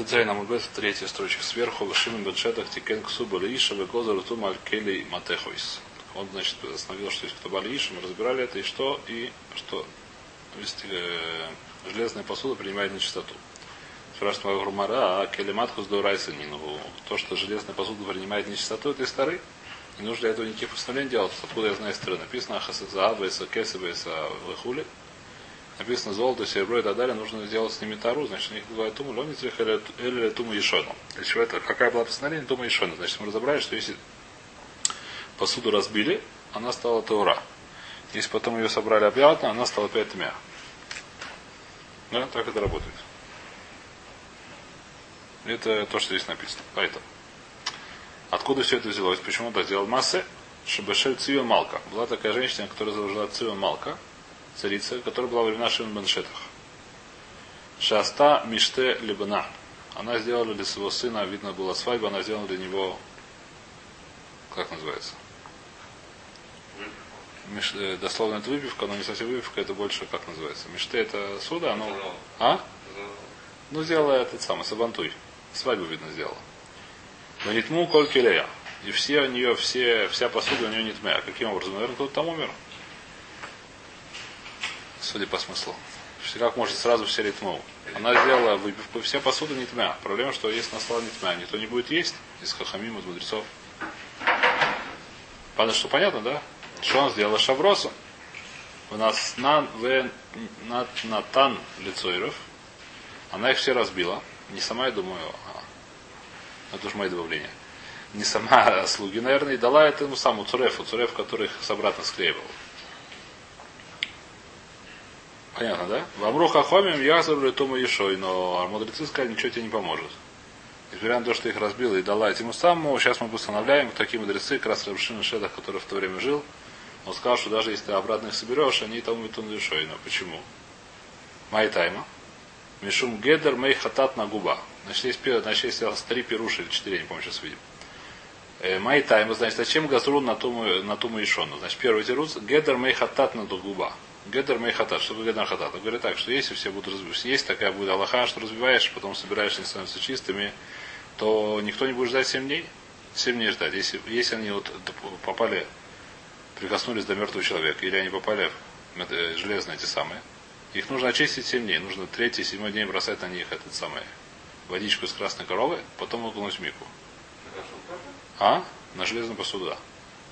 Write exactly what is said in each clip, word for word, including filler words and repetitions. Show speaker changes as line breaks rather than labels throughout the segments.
Тедзай нам убит третья строчка сверху. Лашим беншетах тикен ксуба лииша векоза руту малькели матехойс. Он, значит, остановил, что есть кто балииша. Мы разбирали это и что, и что есть, э, железная посуда принимает нечистоту. Спрашивает Гурмара, а келематхус дурайса нину. То, что железная посуда принимает нечистоту, это из стары. Не нужно для этого никаких постановлений делать. Откуда я знаю стары? Написано хасазаадвайса, кесывайса, выхули. Написано золото, серебро и так далее, нужно сделать с ними тару, значит, у них бывает туму, ломницах или туму ешону. Для чего это? Какая была постановление? Тума ешону. Значит, мы разобрали, что если посуду разбили, она стала таура. Если потом ее собрали обратно, она стала опять тмя. Да, так это работает. Это то, что здесь написано. Поэтому. Откуда все это взялось? Почему это сделал массы? Шабашель Цион Малка. Была такая женщина, которая заложила Цион Малка, царица, которая была во времена Шимон бен Шетах. Шаста Миште Либана. Она сделала для своего сына, видно была свадьба, она сделала для него, как называется? Миш, дословно это выпивка, но не совсем выпивка, это больше, как называется? Миште это суда, оно... А? Ну, сделала этот самый, сабантуй. Свадьбу, видно, сделала. Но нитму коль келея. И все у нее, все, вся посуда у нее нитмя. Каким образом? Наверное, кто-то там умер. Судя по смыслу. Как может сразу все ритму? Она сделала выпивку, вся посуда не тьмя. Проблема, что если настала не тьмя, никто не будет есть из хахамим, из мудрецов. Понятно, что понятно, да? Что она сделала? Шавросу. У нас на, в, на, натан лицойров. Она их все разбила. Не сама, я думаю, а, это уж мои добавления. Не сама, а слуги, наверное, и дала это ему саму Цурефу, Цуреф, который их обратно склеивал. Понятно, да? В Амруха Хомим Язару Летому Ешой, но мудрецы сказали, ничего тебе не поможет. Несмотря на то, что их разбила и дала этому самому, сейчас мы постановляем, такие мудрецы, как раз Рабшин Шедах, который в то время жил, он сказал, что даже если ты обратно их соберешь, они тому Летому Ешой. Но почему? Майтайма. Мишум Гедер Мей Хатат на губа. Значит, есть, значит, есть три пируши или четыре, не помню, сейчас видим. Майтайма, значит, зачем Газру на туму, на туму Ишону? Значит, первый тирус Гедер Мей Хатат на губа. Гедер Мейхатат. Что такое Гедер Хатат? Он говорит так, что если все будут разбиваться, есть такая будет Аллаха, что разбиваешь, потом собираешься, они становятся чистыми, то никто не будет ждать семь дней. семь дней ждать. Если, если они вот попали, прикоснулись до мертвого человека, или они попали в железные эти самые, их нужно очистить семь дней. Нужно третий, седьмой день бросать на них этот самый водичку из красной коровы, потом окунуть в мику. А? На железную посуду, да.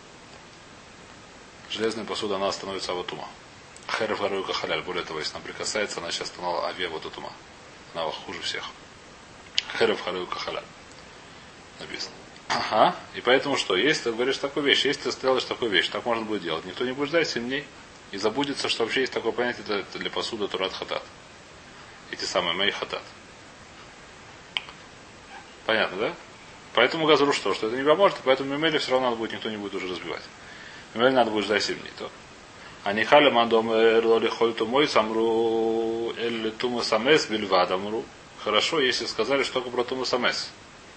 Железная посуда, она становится аватума. Херев Гарука Халяль. Более того, если она прикасается, она сейчас стала авиа вот этума. Она хуже всех. Херев Гарука Халяль. Написано. Ага. И поэтому что? Если ты говоришь такую вещь, если ты сделаешь такую вещь, так можно будет делать. Никто не будет ждать семь дней. И забудется, что вообще есть такое понятие, это для посуды Турат Хатат. Эти самые Мей Хатат. Понятно, да? Поэтому Газру что? Что это не поможет, и поэтому Мемели все равно надо будет, никто не будет уже разбивать. Мемели надо будет ждать семь дней. То. А не хали мандом эрлоли хольту мой самру эль туму самес бельвадамру. Хорошо, если сказали, что только про туму самес.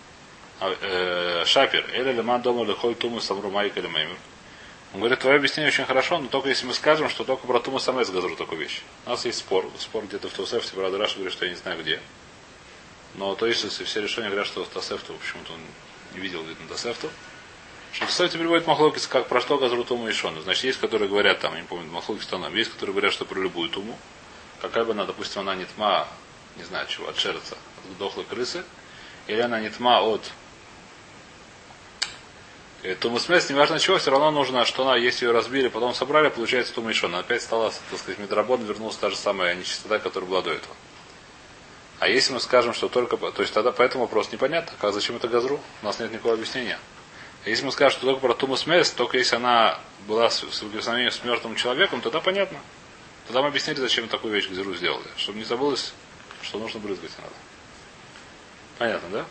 Шапир эль мандом эль хольту мой самру майк эль меймер. Он говорит, твое объяснение очень хорошо, но только если мы скажем, что только про туму самес газру такую вещь. У нас есть спор. Спор где-то в Тосефте, правда, Раша говорит, что я не знаю где. Но то есть, если все решения говорят, что в Тосефту, почему-то он не видел, видно, Тосефту. Что в Тосефте переводит Махлокис, как про что газру туму и шону. Значит, есть, которые говорят, там, я не помню, Махлокис Танам, есть, которые говорят, что про любую туму. Какая бы она, допустим, она не тьма, не знаю чего, от шерца, от дохлой крысы, или она не тьма от туму смесь, неважно чего, все равно нужно, что она, если ее разбили, потом собрали, получается туму и шону. Опять стала, так сказать, Медрабон, вернулась та же самая нечистота, которая была до этого. А если мы скажем, что только... То есть тогда по этому вопрос непонятно. Как, зачем это газру? У нас нет никакого объяснения. А если мы скажем, что только про туму смес, только если она была с соприкосновением с мертвым человеком, тогда понятно. Тогда мы объяснили, зачем такую вещь газру сделали. Чтобы не забылось, что нужно брызгать надо. Понятно, да?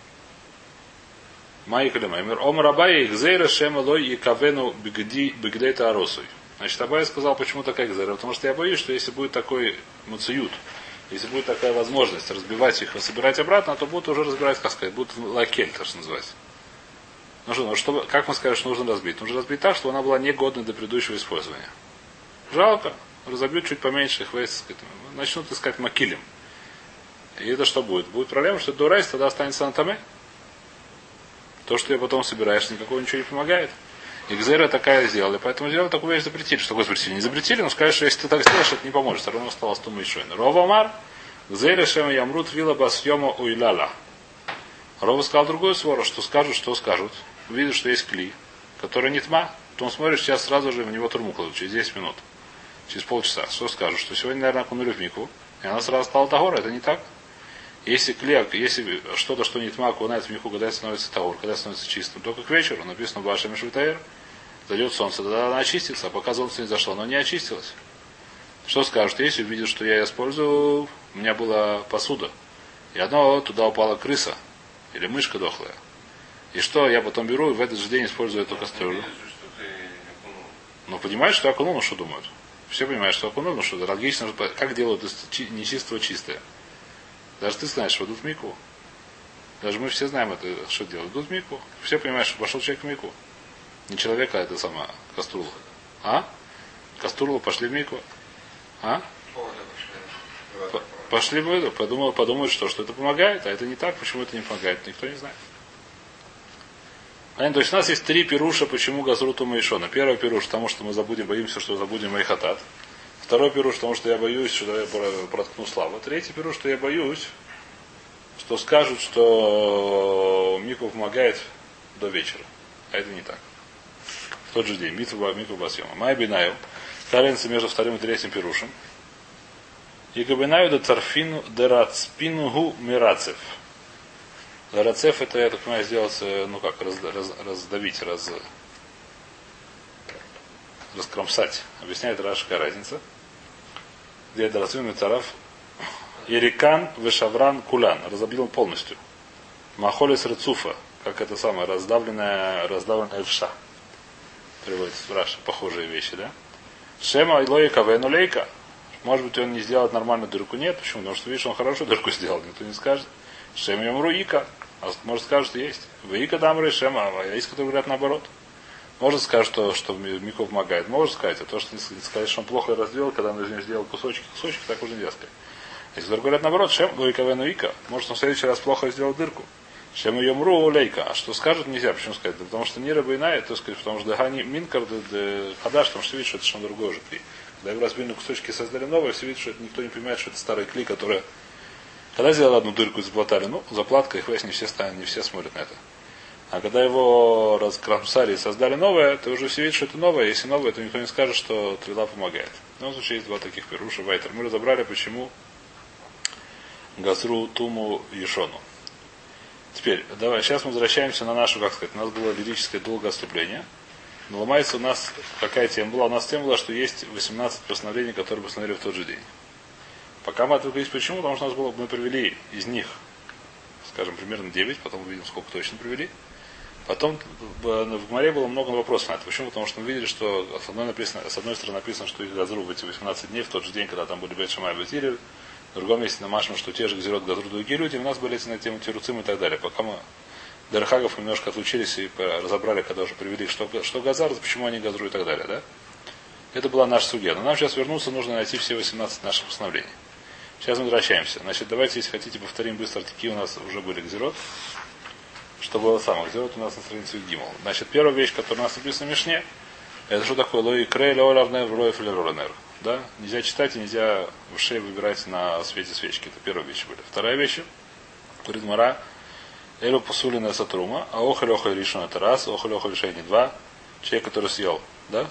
Майкаль Маймер. Ом Рабай Гзейра Шемалой и Кавену Бигдейта Аросуй. Значит, Абай сказал, почему такая гзейра. Потому что я боюсь, что если будет такой муциют, если будет такая возможность разбивать их и собирать обратно, то будут уже разбирать, как сказать, будут лакель, так что называется. Ну что, ну, чтобы, как мы скажем, что нужно разбить? Нужно разбить так, чтобы она была негодна для предыдущего использования. Жалко. Разобьют чуть поменьше их, начнут искать макилем. И это что будет? Будет проблема, что дурайс тогда останется на таме. То, что я потом собираешь, никакого ничего не помогает. И Гзера такая сделали, поэтому сделали такую вещь, запретили. Что такое запретили? Не запретили, но сказали, что если ты так сделаешь, это не поможет. Все равно осталось тума еще. Ровамар, Гзера шема ямрут вила басьема уйляла. Рова сказал другую свору, что скажут, что скажут. Увидят, что есть кли, который не тьма. Потом смотришь, сейчас сразу же в него турму кладут, через десять минут. Через полчаса. Что скажут? Что сегодня, наверное, окунули в мику. И она сразу стала тагора. Это не так. Если клеак, если что-то, что не тьма, окунает в мику, когда становится тагор, когда становится чистым, только к вечеру, написано Баша Мишвитаэр, зайдет солнце, тогда она очистится, а пока солнце не зашло, но не очистилось. Что скажут? Если увидят, что я использую, у меня была посуда, и одно туда упала крыса, или мышка дохлая. И что, я потом беру и в этот же день использую эту кастрюлю. Ну, понимаешь, что окунул, ну что думают? Все понимают, что окунул, ну что, логично, как делают из нечистого чистое. Даже ты знаешь, что идут в мику. Даже мы все знаем это, что делают. Идут в мику. Все понимают, что пошел человек в мику. Не человека, а это сама кастрюла. А? Кастрюлу пошли в мику. А? Пошли в воду. Подумал, подумают, что, что это помогает, а это не так. Почему это не помогает, никто не знает. То есть у нас есть три пируша, почему газру тума и шона. Первый пируш, потому что мы забудем, боимся, что забудем майхатат. Второй пируш, потому что я боюсь, что я проткну славу. Третий пируш, что я боюсь, что скажут, что мику помогает до вечера. А это не так. В тот же день. Митва мику басьема. Май бинаю. Разница между вторым и третьим пирушем. И габинаю да царфину да рацпингу мирацев. Рацев это, я так понимаю, сделать, ну как, раз, раз, раздавить, раз, раскромсать. Объясняет Раша, какая разница. Где это Рацвим и Царав. Ирикан вешавран кулан. Разобил полностью. Махолис рецуфа. Как это самое, раздавленная, раздавленная вша. Приводится в Раша. Похожие вещи, да? Шема лойка венулейка. Может быть, он не сделает нормальную дырку. Нет. Почему? Потому что, видишь, он хорошую дырку сделал. Никто не скажет. Шема ямруика. А может скажут, что есть. Вейка дамры шема. А есть, которые говорят наоборот. Можно сказать, что, что мику помогает. Можно сказать, а то, что не сказать, что он плохо разделал, когда он из него сделал кусочки, кусочки, так уже нельзя сказать. Если говорят наоборот, шем лойка венуика, может он в следующий раз плохо сделал дырку. Шем ее мру лейка. А что скажут, нельзя. Почему сказать? Да потому что не рыба иная, то сказать, потому что дагани минкар хадаш, потому что видишь, что это что-то другое уже кли. Когда его разбили на кусочки, создали новое, все видят, что это никто не понимает, что это старый кли, который. Когда сделали одну дырку и заплатали, ну, заплатка, их весь не все станут, не все смотрят на это. А когда его раскромсали и создали новое, то уже все видят, что это новое. Если новое, то никто не скажет, что твила помогает. В данном случае есть два таких пируша. Вайтер. Мы разобрали, почему газру, туму, ешону. Теперь, давай, сейчас мы возвращаемся на нашу, как сказать, у нас было лирическое долгое отступление. Но ломается у нас, какая тема была? У нас тема была, что есть восемнадцать постановлений, которые постановили в тот же день. Пока мы отвлеклись, почему? Потому что у нас было, мы привели из них, скажем, примерно девять, потом увидим, сколько точно привели. Потом в Гмаре было много вопросов на это. Почему? Потому что мы видели, что с одной, написано, с одной стороны написано, что их газру в эти восемнадцать дней, в тот же день, когда там были Бейт Шамай и Бейт Гилель. В другом месте намашем, что те же газирот газру другие люди. У нас были эти на тему тируцим и так далее. Пока мы Дерхагов немножко отлучились и разобрали, когда уже привели, что, что газар, почему они газру и так далее. Да? Это была наша судья. Но нам сейчас вернуться, нужно найти все восемнадцать наших постановлений. Сейчас мы возвращаемся. Значит, давайте, если хотите, повторим быстро, какие у нас уже были газирот. Что было самое. Газирот у нас на странице Гимл. Значит, первая вещь, которая у нас написана в Мишне, это что такое лои крей лоравнер лои флеронер. Да? Нельзя читать и нельзя в шее выбирать на свете свечки. Это первая вещь были. Вторая вещь. Придмара. Элю посулина сатрума. А охель охель решен это раз. Охель охель решение два. Человек, который съел. Да?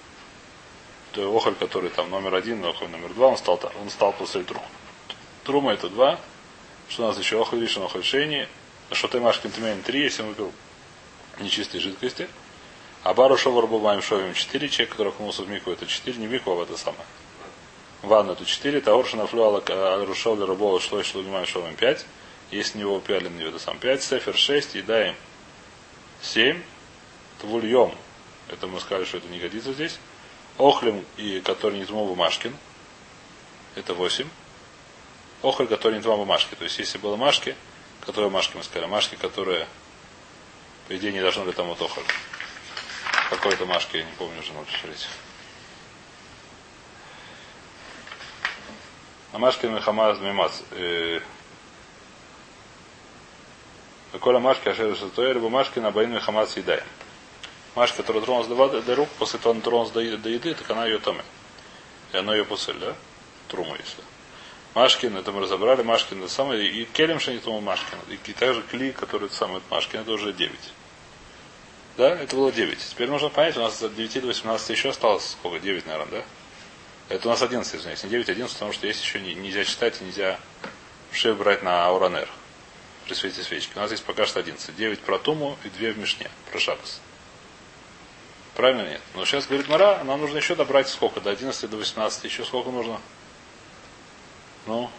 То охель, который там номер один, охель номер два. Он стал, он стал после трума. Трума это два. Что у нас еще? Охель решен охель решение. Что ты машкин тмейн три, если он выпил нечистой жидкости. А бару шовар бумаем шовим четыре, человек, который окунулся в мику, это четыре, не мику, а это самое. Ванну это четыре, таорша нафлюала рушовли рабова шло и шло бумаем шовим пять. Если него упяли на нее, это сам пять, сефер шесть, едаем семь, твульем, это мы сказали, что это не годится здесь. Охлем, и который не тмова машкин, это восемь. Охль, который не тмова машки, то есть если было машки, которые машки мы сказали, машки, которые по идее не должны быть там вот охоль. Какой-то машки, я не помню уже, надо посмотреть. А машки мехамаз мимац. Коля Машки, Ашер Шатуэ, либо Машки на Баину и Хамас едаем. Машка, которая тронулась до, воды, до рук, после того, она тронулась до, до еды, так она ее томе. И она ее пусель, да? Труму, если. Машкин, это мы разобрали, Машкин это самое, и Келем Шанитому Машкин, и также Кли, который самый Машкин, это уже девять. Да, это было девять. Теперь нужно понять, у нас от девяти до восемнадцати еще осталось сколько? девять, наверное, да? Это у нас одиннадцать, извиняюсь, не девять, одиннадцать, потому что есть еще не, нельзя читать, и нельзя шею брать на Ауранер при свете свечки. У нас есть пока что одиннадцать. девять про Туму и две в Мишне, про Шабас. Правильно нет? Но сейчас говорит Мара, нам нужно еще добрать сколько? До одиннадцати, до восемнадцати. Еще сколько нужно? Ну?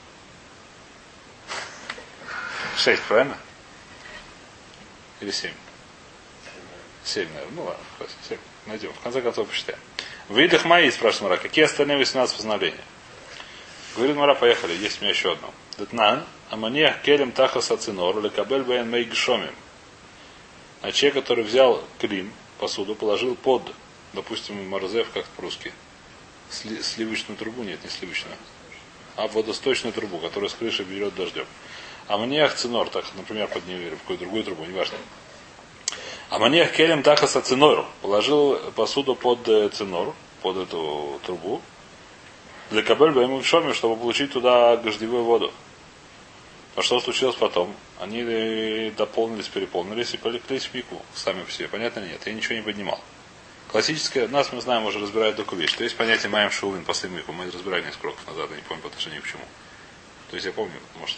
шесть, правильно? Или семь? семь, наверное. Ну ладно, семь. Найдем. В конце концов посчитаем. В видах мои, спрашивает Мара, какие остальные восемнадцать постановления? Говорит Мара, поехали. Есть у меня еще одно. Детнан, аманех келем тахас ацинор, лекабель бэйн мэй гшомим. А человек, который взял клим, посуду, положил под, допустим, морзев, как по-русски, сли, сливочную трубу, нет, не сливочную, а водосточную трубу, которая с крыши берет дождем. А мне цинор, так, например, под нее или в какую-то другую трубу, неважно. А мне келем тахаса цинору, положил посуду под цинор, под эту трубу, для кабель байму шоми, чтобы получить туда дождевую воду. А что случилось потом? Они дополнились, переполнились и полеглись в мику сами по себе. Понятно или нет? Я ничего не поднимал. Классическое, нас мы знаем, уже разбирают такую вещь. То есть понятие маем шоулин после мику. Мы разбирали несколько кроков назад, я не помню по отношению к чему. То есть я помню, может.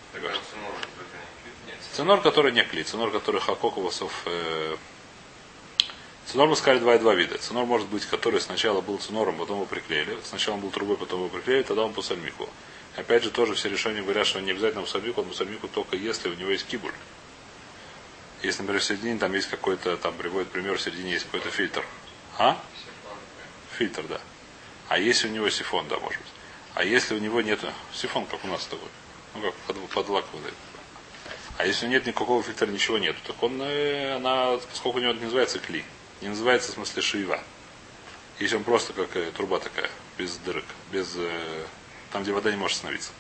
Ценор, который не клей. Ценор, который хакоковосов. Э... Ценор мы сказали два и два вида. Ценор может быть, который сначала был ценором, потом его приклеили. Сначала он был трубой, потом его приклеили, тогда он пусальмику. Опять же, тоже все решения говорят, что не обязательно мусальмику, он мусальмику только если у него есть кибуль. Если, например, в середине там есть какой-то, там приводит пример, в середине есть какой-то фильтр. А? Фильтр, да. А если у него сифон, да, может быть. А если у него нет сифон, как у нас с тобой, ну как под, под лак выдает. А если у него нет никакого фильтра, ничего нету, так он, она, поскольку у него не называется кли, не называется в смысле шиева. Если он просто как э, труба такая, без дырок, без э, там, где вода не может остановиться.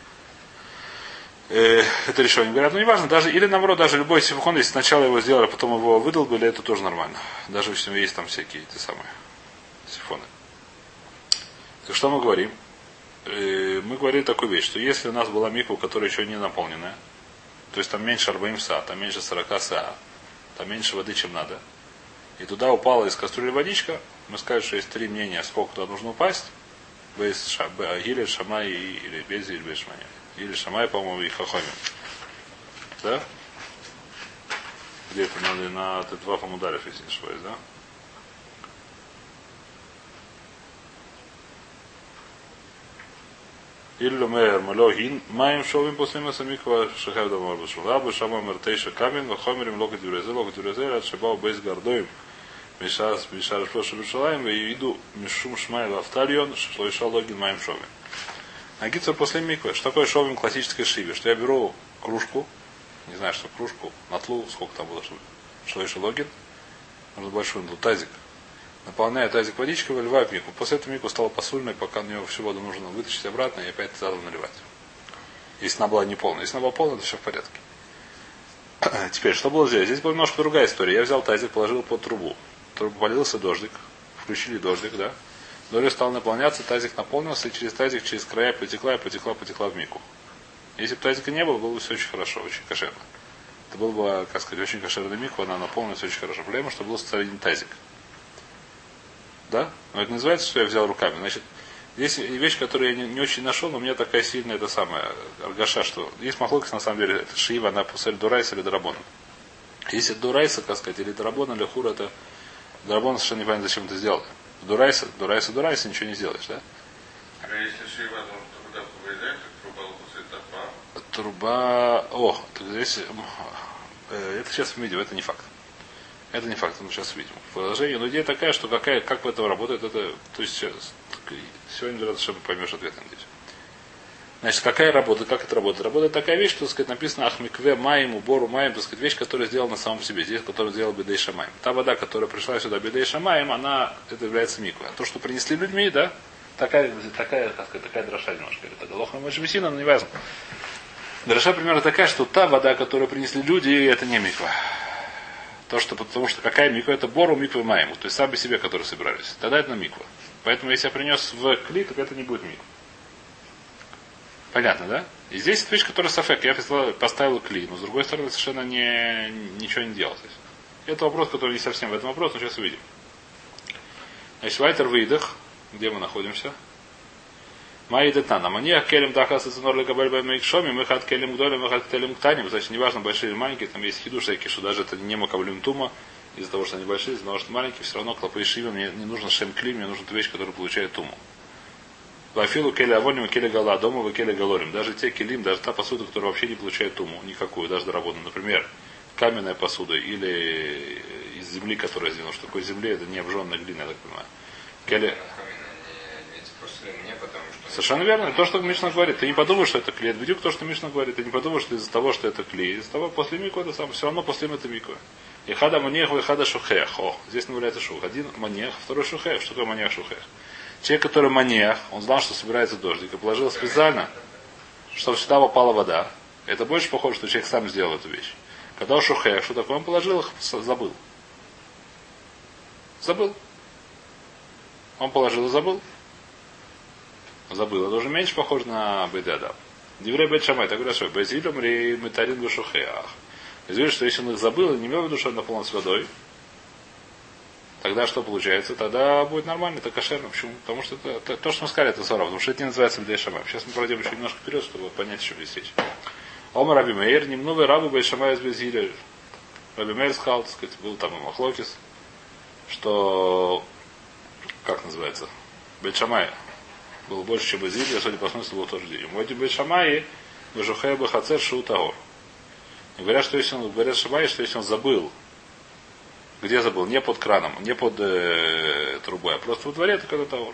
Э, это решение. Говорят, ну не важно, даже, или наоборот, даже любой сифон, если сначала его сделали, а потом его выдолбили, это тоже нормально. Даже если есть там всякие те самые сифоны. Так что мы говорим? Э, мы говорили такую вещь, что если у нас была миква, которая еще не наполненная, то есть там меньше арбаим са, там меньше сорока са, там меньше воды, чем надо, и туда упала из кастрюли водичка, мы скажем, что есть три мнения, сколько туда нужно упасть. Или Шамай, или Бези, или Бешмани. Или Шамай, по-моему, и Хахоми. Да? Где это надо на два помударев, если не ошибаюсь, да? Или Ломер, Малогин, Маем Шовим после Масамикова, Шахав Дамар Башулабы, Шама Мартейша Камин, Вахомерим, Лока Дюрезе, Лока Дюрезе, Отшибау Бейс Гардоим. Мишас, Мишар Шлоша Бешалаем, и иду Мишум Шмай Лавтальон, Шлоиша Логин Маем Шовим. Агитсор после миквы. Что такое шовим классической шиве? Что я беру кружку, не знаю, что кружку, натлу, сколько там было, Шлоиша Логин, нужно большой натлу, тазик. Наполняю тазик водичкой, выливаю в микву. После этого микву стала посульной, пока на нее всю воду нужно вытащить обратно и опять заново наливать. Если она была не полная. Если она была полная, то все в порядке. Теперь, что было здесь? Здесь была немножко другая история. Я взял тазик, положил под трубу. Полился дождик, включили дождик, да. Дождик стал наполняться, тазик наполнился, и через тазик, через края потекла и потекла, потекла в мику. Если бы тазика не было, было бы все очень хорошо, очень кошерно. Это был бы, как сказать, очень кошерный мику, она наполнилась очень хорошо. Проблема, что был составлен тазик. Да? Но это называется, что я взял руками. Значит, здесь вещь, которую я не, не очень нашел, но у меня такая сильная, это самая, аргаша, что есть махлокис, на самом деле, это шиива, она после дурайса или драбона. Если дурайса, как сказать, или драбона, или хур, это Драбон совершенно не понятно, зачем это сделал. Дурайса, Дурайса, Дурайса, ничего не сделаешь, да?
А если шива, то куда повылезает, как труба после топа?
Труба... О, так здесь... Э, это сейчас мы видим, это не факт. Это не факт, мы сейчас видим. Положение, но идея такая, что какая, как в этом работает, это... То есть сегодня, вероятно, чтобы поймешь ответ, надеюсь. Значит, какая работа, как это работает? Работает такая вещь, что, так сказать, написано Ахмикве Маем, убору Маем, так сказать, вещь, которая сделана на самом себе. Здесь, которую сделал Бедей Шамаем. Та вода, которая пришла сюда Бедей Шамаем, она, это является миквой. А то, что принесли людьми, да, такая, такая, как сказать, такая дроша немножко. Это Галоха Машбисина, но не важно. Драша примерно такая, что та вода, которую принесли люди, это не миква. То, что, потому что какая миква? Это бору миквы маему. То есть сами себе, которые собирались. Тогда это на миква. Поэтому если я принес в кли, то это не будет миква. Понятно, да? И здесь это вещь, которая сафек. Я поставил кли, но с другой стороны совершенно не, ничего не делал. Это вопрос, который не совсем в этом вопрос, но сейчас увидим. Значит, вайтер выдох. Где мы находимся? Маидетана. Маньях келем дахаса ценор лекабель бэмэйк шоми, мы хат келем гдолем, мы хат келем ктаним. Значит, неважно, большие или маленькие, там есть хидуш, всякие, что даже это не макаблем тума, из-за того, что они большие, из-за того, что маленькие, все равно клопы и шивы, мне не нужно шем кли, мне нужна вещь, которая получает туму. Лафилу келе авоним и келе гала, дома вы келе галорим. Даже те келим, даже та посуда, которая вообще не получает туму, никакую, даже доработанную. Например, каменная посуда или из земли, которая сделана. Что такое земля, это не обжженная глина, я так понимаю. Келе... Совершенно верно. То, что Мишна говорит, ты не подумаешь, что это клей. Это бедюк то, что Мишна говорит. Ты не подумаешь, что из-за того, что это клей. Из-за того, после миква это сам, все равно после это миква. И хада манех, и хада шухех. О, здесь называется шух. Один манех, второй шухех. Что такое манех, шухех? Человек, который манех, он знал, что собирается дождик, и положил специально, чтобы сюда попала вода. Это больше похоже, что человек сам сделал эту вещь. Когда он шухех, что такое? Он положил их, забыл. Забыл. Он положил и забыл. Забыл. Это уже меньше похоже на Бейдадам. Диврей Бейт Шамай, так говорят, что Бейзилем ри метарин гушухеах. Известно, что если он их забыл и не имел в виду, что он наполнен с водой, тогда что получается? Тогда будет нормально, это кошерно. Почему? Потому что это, это то, что мы сказали, это сора, потому что это не называется Бейт Шамай. Сейчас мы пройдем еще немножко вперед, чтобы понять, о чем здесь речь. Ома Раби Мейер, немного рабу Бейт Шамай из Бейзиля. Раби Мейер сказал, так сказать, был там и Махлокис, что, как называется, Бейт Шамай было больше, чем Базилия, судя по смыслу, был тоже день. Вот Бейт Шамай, Бежухай Бахацер Шутагор. Говорят, что если он, говорят Шамай, что если он забыл, где забыл, не под краном, не под э, трубой, а просто во дворе, это когда Тагор.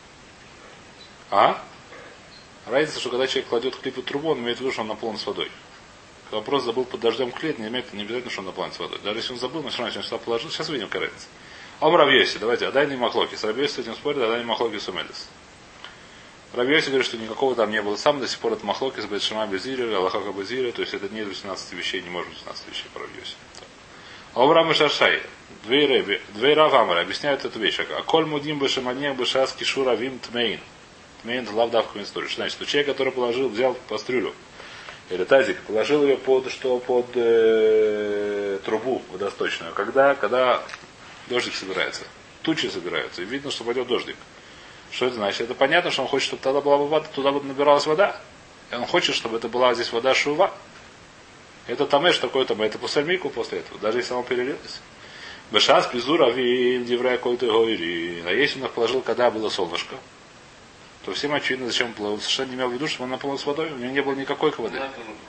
А? Разница, что когда человек кладет клей под трубу, он имеет в виду, что он наполнен с водой. Когда вопрос забыл под дождем клей, не имеет не обязательно, что он наполнен с водой. Даже если он забыл, но все равно, если он сюда положил, сейчас увидим, какая разница. Ом Равьеси, давайте, Адай не Махлоки. С Равьеси с этим спорит, Адай не Махлоки Сумелис. Равьеси говорит, что никакого там не было. Сам до сих пор это Махлоки с Бетшама Безиля, Аллахака Безиля, то есть это не из восемнадцати вещей, не может быть восемнадцати вещей по Равьеси. Ом Рам и Шаршай, две Рэби, две Рав Амара объясняют эту вещь. А коль мудим бешаманех бешас кишура вим тмейн. Тмейн это лавдавка история. Что значит, что человек, который положил, взял кастрюлю или тазик, положил ее под что, под э, трубу водосточную. Когда, когда дождик собирается, тучи собираются, и видно, что пойдет дождик. Что это значит? Это понятно, что он хочет, чтобы тогда была вода, туда бы набиралась вода. И он хочет, чтобы это была здесь вода шува. Это тамеш такой там, это пусальмику после этого, даже если он перелилась. Бешас пизура вим диврая кольты гойри. А если он их положил, когда было солнышко, то всем очевидно, зачем он положил. Он совершенно не имел в виду, что он наполнил с водой. У него не было никакой воды.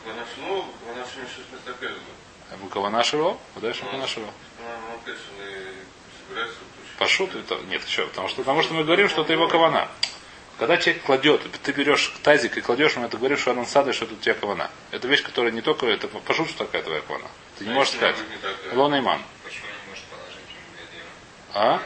Каванашево? Дальше Каванашево. Пашут это? Нет, еще. Потому что, потому что мы говорим, что это его кавана. Когда человек кладет, ты берешь тазик и кладешь, ему это говоришь, что анансада, что это у тебя кавана. Это вещь, которая не только, это пашут, что такая твоя кавана. Ты не можешь сказать. Лона иман. А?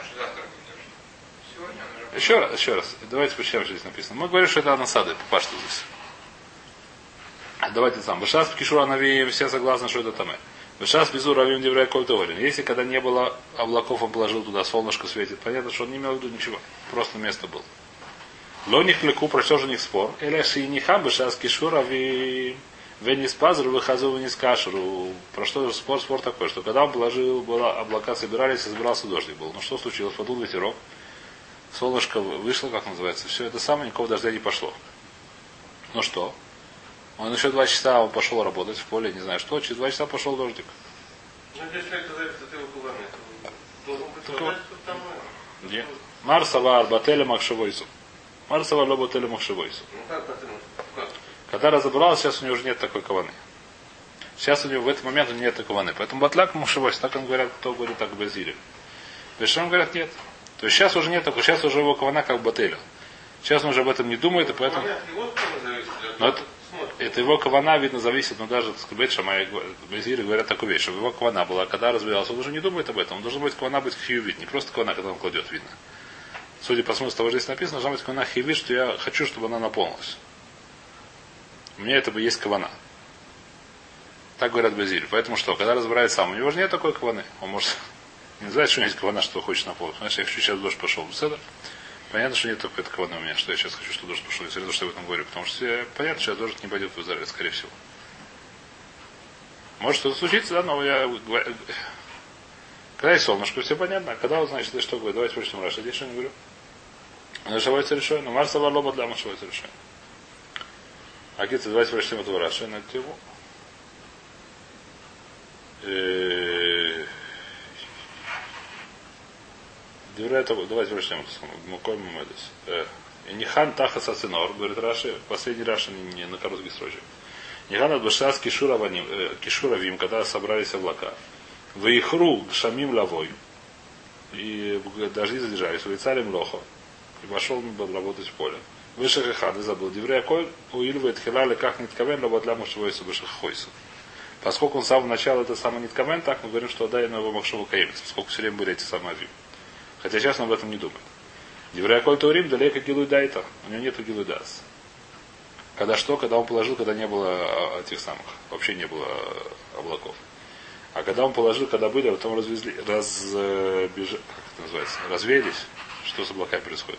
Еще раз, еще раз. Давайте почитаем, что здесь написано. Мы говорим, что это анансада, по пашту здесь. Давайте сам. Бешас кишура нави, все согласны, что это тамэ. Бешас безу равим деврей коль товарин. Если когда не было облаков, он положил туда, солнышко светит, понятно, что он не имел в виду ничего. Просто место было. Лоних леку, про что же них спор? Или шииниха бешас кишура ви венис пазру выхазу венис кашру. Про что же спор? Спор такой, что когда он положил, было, облака собирались, и собирался дождик был. Ну что случилось? Подул ветерок. Солнышко вышло, как называется. Все это самое, никакого дождя не пошло. Ну что? Он еще два часа он пошел работать в поле, не знаю что, через два часа пошел дождик.
Ну, если это зависит от его кулами, то должен быть
вот там. Где? Марсавар, Бателя Махшевойсу. Марсавар, Бателя Махшевойсу.
Ну как, как?
Когда разобрался, сейчас у него уже нет такой каваны. Сейчас у него в этот момент у него нет такой каваны. Поэтому Батляк Махшевойсу, так он говорят, кто говорит так в Базиле. Бешем говорят нет. То есть сейчас уже нет такой, сейчас уже его кавана как Бателя. Сейчас он уже об этом не думает, и поэтому... Но это... Это его кавана, видно, зависит, но даже, так сказать, Шамай Безиры говорят такую вещь, чтобы его кавана была, когда разбирался, он уже не думает об этом, он должен быть кавана быть хьювит, не просто кавана, когда он кладет, видно. Судя по смыслу того, что здесь написано, должна быть кавана хьювит, что я хочу, чтобы она наполнилась. У меня это бы есть кавана. Так говорят Базиль. Поэтому что, когда разбирает сам, у него же нет такой каваны. Он может не знать, что у него есть кавана, что хочет на пол. Знаешь, я хочу сейчас дождь пошел. Беседа. Понятно, что нет такой каваны у меня, что я сейчас хочу, что дождь пошел. Я все что я об этом говорю. Потому что я, понятно, что дождь не пойдет в Израиль, скорее всего. Может что-то случится, да, но я... Когда есть солнышко, все понятно. А когда он, значит, ты что говорит? Давайте прочтем Раши. Здесь что я не говорю? Нашивается решение. Но Марса Варлоба для нашивается решение. А где-то давайте прочтем этого Раши на эту тему. Давайте прочтем Мукой Мумедес. Нихан Таха Сацинор, говорит Раши, последний Раши не на короткий срочек. Нихан от Башас Кишура Вим, когда собрались облака. Выихру Шамим Лавой. И дожди задержались. Улицали Млохо. И пошел работать в поле. Выше Хехан, и забыл. Диврея Коль, уильвает Хилали, как Ниткамен, работля Мушевойсу Выше Хойсу. Поскольку он с самого начала это самый Ниткамен, так мы говорим, что дай на его Махшеву Каемец. Поскольку все время были эти самые Авим. Хотя сейчас он об этом не думает. Диврея Коль Таурим, далеко Гилуй Дайта. У него нету Гилуй Дас. Когда что? Когда он положил, когда не было этих самых. Вообще не было облаков. А когда он положил, когда были, а потом развезли, разбежали, как это называется, развеялись, что с облаками происходит?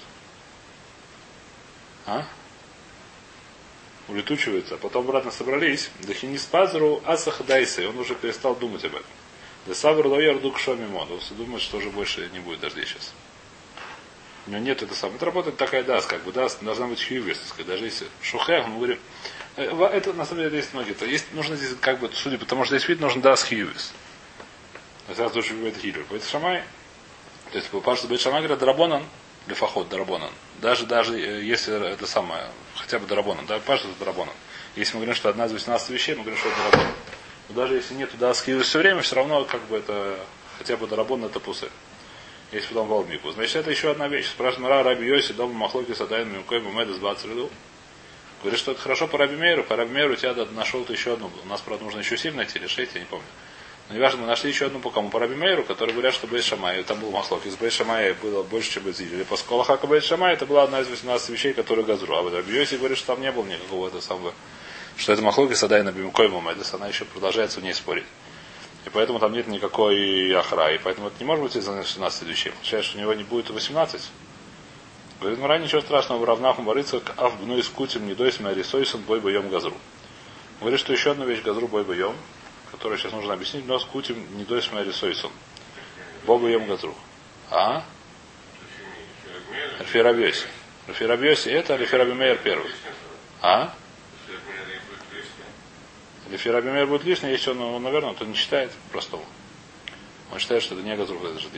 А? Улетучиваются, а потом обратно собрались. Дахинис Пазру Асахдайса, и он уже перестал думать об этом. Десавр Лоер Дук Шомимон, он думает, что уже больше не будет дождей сейчас. У него нет это самое. Это работает такая дас, как бы дас, должна быть хьюверсовская. Даже если шухех, мы говорим, это на самом деле есть многие. То есть нужно здесь как бы, судя, потому что здесь видно, нужно дас хьюверс. Сейчас тоже бывает хилер. Бейт Шамай, то есть потому что Бейт Шамай говорят Дарабонан, лефахот Дарабонан. Даже, даже если это самое, хотя бы Дарабонан, да, пашет это Дарабонан. Если мы говорим, что одна из восемнадцати вещей, мы говорим, что это Дарабонан. Но даже если нет дас хьюверс все время, все равно как бы это, хотя бы Дарабонан это пусы. Есть потом Валмику. Значит, это еще одна вещь. Спрашивает Мара Раби Йоси, дома Махлоки Садаин Мимкой Бумедес Бацриду. Говорит, что это хорошо по Раби Мейру. По Раби Мейру у тебя нашел-то еще одну. У нас, правда, нужно еще семь найти или шесть, я не помню. Но неважно, мы нашли еще одну по кому? По Раби Мейру, который говорят, что Бейт Шамай. Там был Махлоки. Из Бейт Шамая было больше, чем Бейт Зиль. Или по Сколахака Бейт Шамай, это была одна из восемнадцати вещей, которые Газру. А вот Раби Йоси говорит, что там не было никакого этого самого. Что это Махлоки Садаин Мимкой Бумедес. Она еще продолжается в ней спорить. И поэтому там нет никакой охраны. И поэтому это не может быть из восемнадцати вещей. Получается, что у него не будет восемнадцать. Говорит, ну ранее ничего страшного, в равнах умориться, к авбну из кутим, не дойсме арисойсон, бой боем газру. Говорит, что еще одна вещь газру бой боем, которую сейчас нужно объяснить, но с кутим, не дойсме арисойсон. Бой боем газру. А? Альфирабьоси. Альфирабьоси это Альфирабимейр первый. А? Если Раби Мейр будет лишний, если он, он, наверное, то не читает простого. Он считает, что это не Газрух, это жди.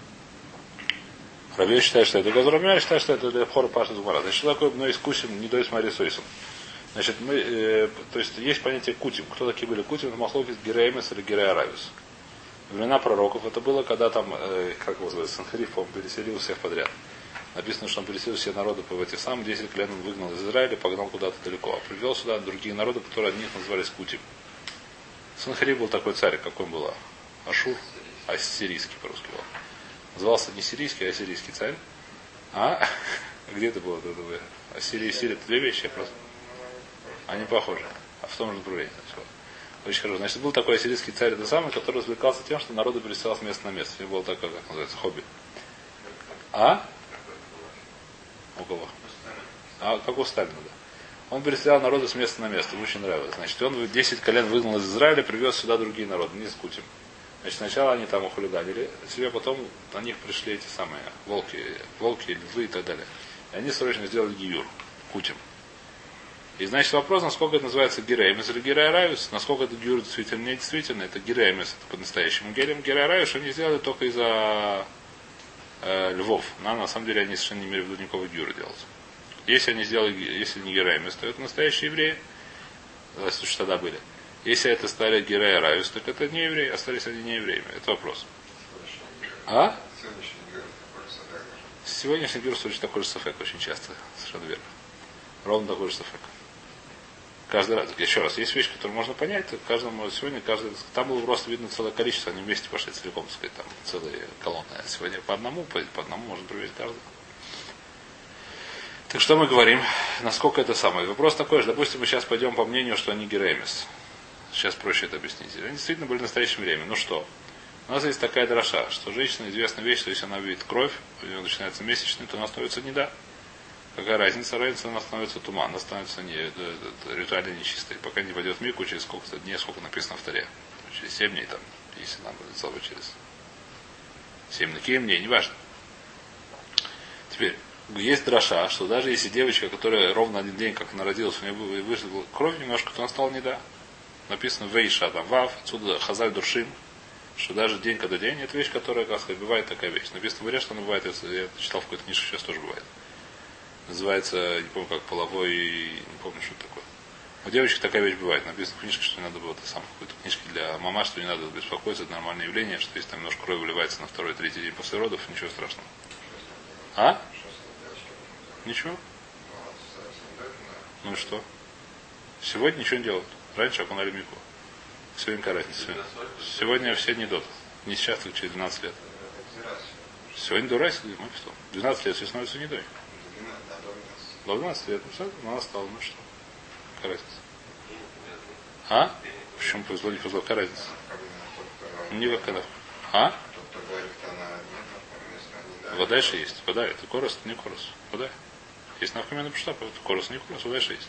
Раби считает, что это Газрух, Раби Мейр считает, что это для Хора Паша Зумара. Значит, что такое но искусим, не дойс Мари Сойсом. Значит, мы, э, то есть есть понятие кутим. Кто такие были кутим? Это Махлокис Гереемес или Герея Аравис. Времена пророков это было, когда там, э, как его называется, Санхариф, он переселил всех подряд. Написано, что он переселил все народы по этих самых десять колен он выгнал из Израиля, погнал куда-то далеко. А привел сюда другие народы, которые от них назывались Кутим. Санхариф был такой царь, какой он был. Ашур, ассирийский по-русски был. Назывался не сирийский, а ассирийский царь. А? Где это было? Ассирия и Сирия это две вещи, просто. Они похожи. А в том же направлении. Очень хорошо. Значит, был такой ассирийский царь, это самый, который развлекался тем, что народы переселял с места на место. У него было такое, как называется, хобби. А? У кого? А как у Сталина, да. Он переселял народы с места на место. Ему очень нравилось. Значит, он десять колен выгнал из Израиля, привез сюда другие народы, не с Кутим. Значит, сначала они там ухулиганили себе, потом на них пришли эти самые волки, волки, львы и так далее. И они срочно сделали гиюр, Кутим. И значит вопрос, насколько это называется гереемес или гереаравис, насколько это гиюр действительно не действительно, это гереемес, это по-настоящему герем. Гереаравис они сделали только из-за э, львов. Но на самом деле они совершенно не имели в виду никакого гиюра делать. Если они сделали, если не гереемес, то это настоящие евреи. Слушай, тогда были. Если это стали герея равис, так это не евреи, остались они не евреями. Это вопрос. А? Сегодняшний гюр очень такой же сафек очень часто. Совершенно верно. Ровно такой же сафек. Каждый раз. Еще раз, есть вещь, которую можно понять, то каждому сегодня каждый. Там было просто видно целое количество, они вместе пошли целиком, так сказать, там целые колонны. А сегодня по одному, по, по одному можно проверить каждого. Так что мы говорим, насколько это самое. Вопрос такой же, допустим, мы сейчас пойдем по мнению, что они геремис. сейчас проще это объяснить. Они действительно были в настоящее время. Ну что? У нас есть такая дроша, что женщина известная вещь, что если она видит кровь, у нее начинается месячный, то она становится не да. Какая разница? Разница, она становится туман, она становится не, это, это, ритуально нечистой. Пока не войдет в мику, через сколько-то дней, сколько написано в таре. Через семь дней там, если нам будет целый через семь на кем дней, неважно. Теперь, есть дроша, что даже если девочка, которая ровно один день, как она родилась, у нее вышла кровь немножко, то она стала не да. Написано вейша, там вав, отсюда хазаль дуршим, что даже день когда день, это вещь, которая, как сказать, бывает такая вещь. Написано в Горе, что она бывает, я читал в какой-то книжке, сейчас тоже бывает. Называется, не помню как, половой, не помню, что это такое. У девочек такая вещь бывает. Написано в книжке, что не надо было, это самое, какой-то книжке для мама, что не надо беспокоиться, это нормальное явление, что если там немножко крови выливается на второй, третий день после родов, ничего страшного. А? Ничего? Ну и что? Сегодня ничего не делают. Раньше окунали мику. Сегодня какая разница? Сегодня все не дот. Не сейчас, так через двенадцать лет. Сегодня дурайся, мы что? двенадцать лет все становятся не дой. До двенадцати лет, ну все, она стала, ну что? Какая разница? А? Почему повезло, не повезло? Какая разница? Не как она. А? Вода еще есть. Вода, это корос, это не корос. Вода. Есть навкамена пушта, это корос, не корос, вода еще есть.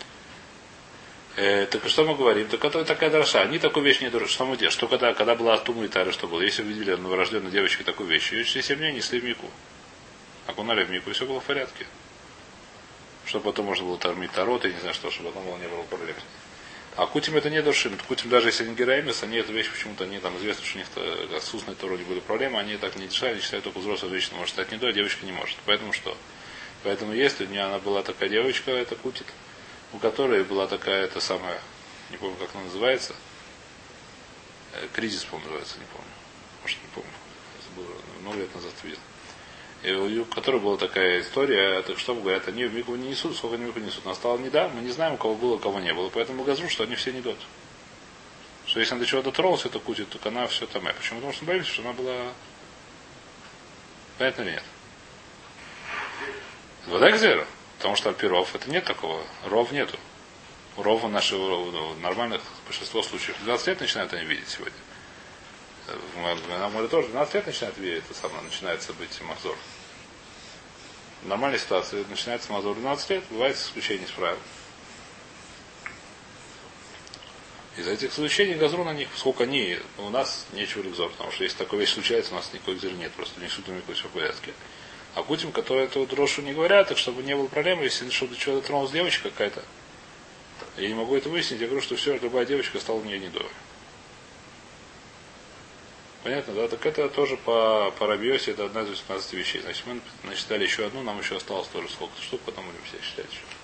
Э, так что мы говорим? Так это такая дроша. Они такую вещь не дурят. Что мы делаем? Что когда, когда была Тума и Тара, что было? Если увидели новорожденной девочке такую вещь, ее через семь дней несли в мику. Окунали в мику, и все было в порядке. Чтобы потом можно было тормить тарот, и не знаю что, чтобы потом не было проблем. А кутим это не душим. Кутим даже если они героимес, они эту вещь почему-то, они там известно, что у них отсутствует то вроде были проблемы, они так не решали, они считают, только взрослая женщина может стать не до, а девочка не может. Поэтому что? Поэтому если у нее она была такая девочка, это кутит, у которой была такая, это самая, не помню как она называется, кризис, по-моему, называется, не помню. Может, не помню. Это было много лет назад видел. И у которой была такая история, так что говорят, они в мику не несут, сколько они в мику несут. Настало не да, мы не знаем, у кого было, у кого не было. Поэтому газру, что они все не дают. Что если она до чего дотронулась, это кутит, то она все там. Почему? Потому что мы боимся, что она была. Понятно или нет? Вода к зеру. Потому что альпиров это нет такого. Ров нету. У рова нашего ну, нормальных большинство случаев. двенадцать лет начинают они видеть сегодня. На море тоже двенадцать лет начинает видеть, это самое, начинается быть махзор. В нормальной ситуации начинается махзор двенадцать лет, бывает исключение из правил. Из-за этих исключений газру на них, сколько они, у нас нечего рюкзор, потому что если такая вещь случается, у нас никакой гзыр нет, просто не суд умеют, все в порядке. А кутим, которые эту дрошу не говорят, так чтобы не было проблем, если что-то чего-то тронулась девочка какая-то, я не могу это выяснить, я говорю, что все, любая девочка стала мне не до. Понятно, да? Так это тоже по, по Рабиосе, это одна из восемнадцати вещей. Значит, мы насчитали еще одну, нам еще осталось тоже сколько-то штук, потом будем все считать еще.